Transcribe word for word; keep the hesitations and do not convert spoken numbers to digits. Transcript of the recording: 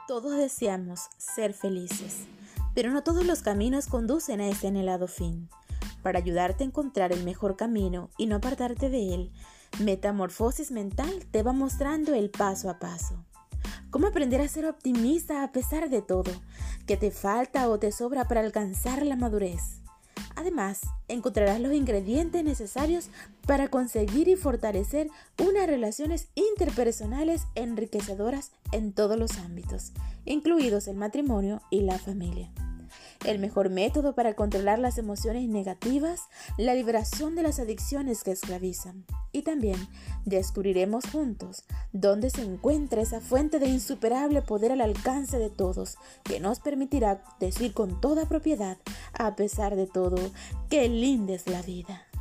Todos deseamos ser felices, pero no todos los caminos conducen a ese anhelado fin. Para ayudarte a encontrar el mejor camino y no apartarte de él, Metamorfosis Mental te va mostrando el paso a paso. Cómo aprender a ser optimista a pesar de todo, que te falta o te sobra para alcanzar la madurez. Además, encontrarás los ingredientes necesarios para conseguir y fortalecer unas relaciones interpersonales enriquecedoras en todos los ámbitos, incluidos el matrimonio y la familia. El mejor método para controlar las emociones negativas, la liberación de las adicciones que esclavizan. Y también descubriremos juntos dónde se encuentra esa fuente de insuperable poder al alcance de todos, que nos permitirá decir con toda propiedad, a pesar de todo, qué linda es la vida.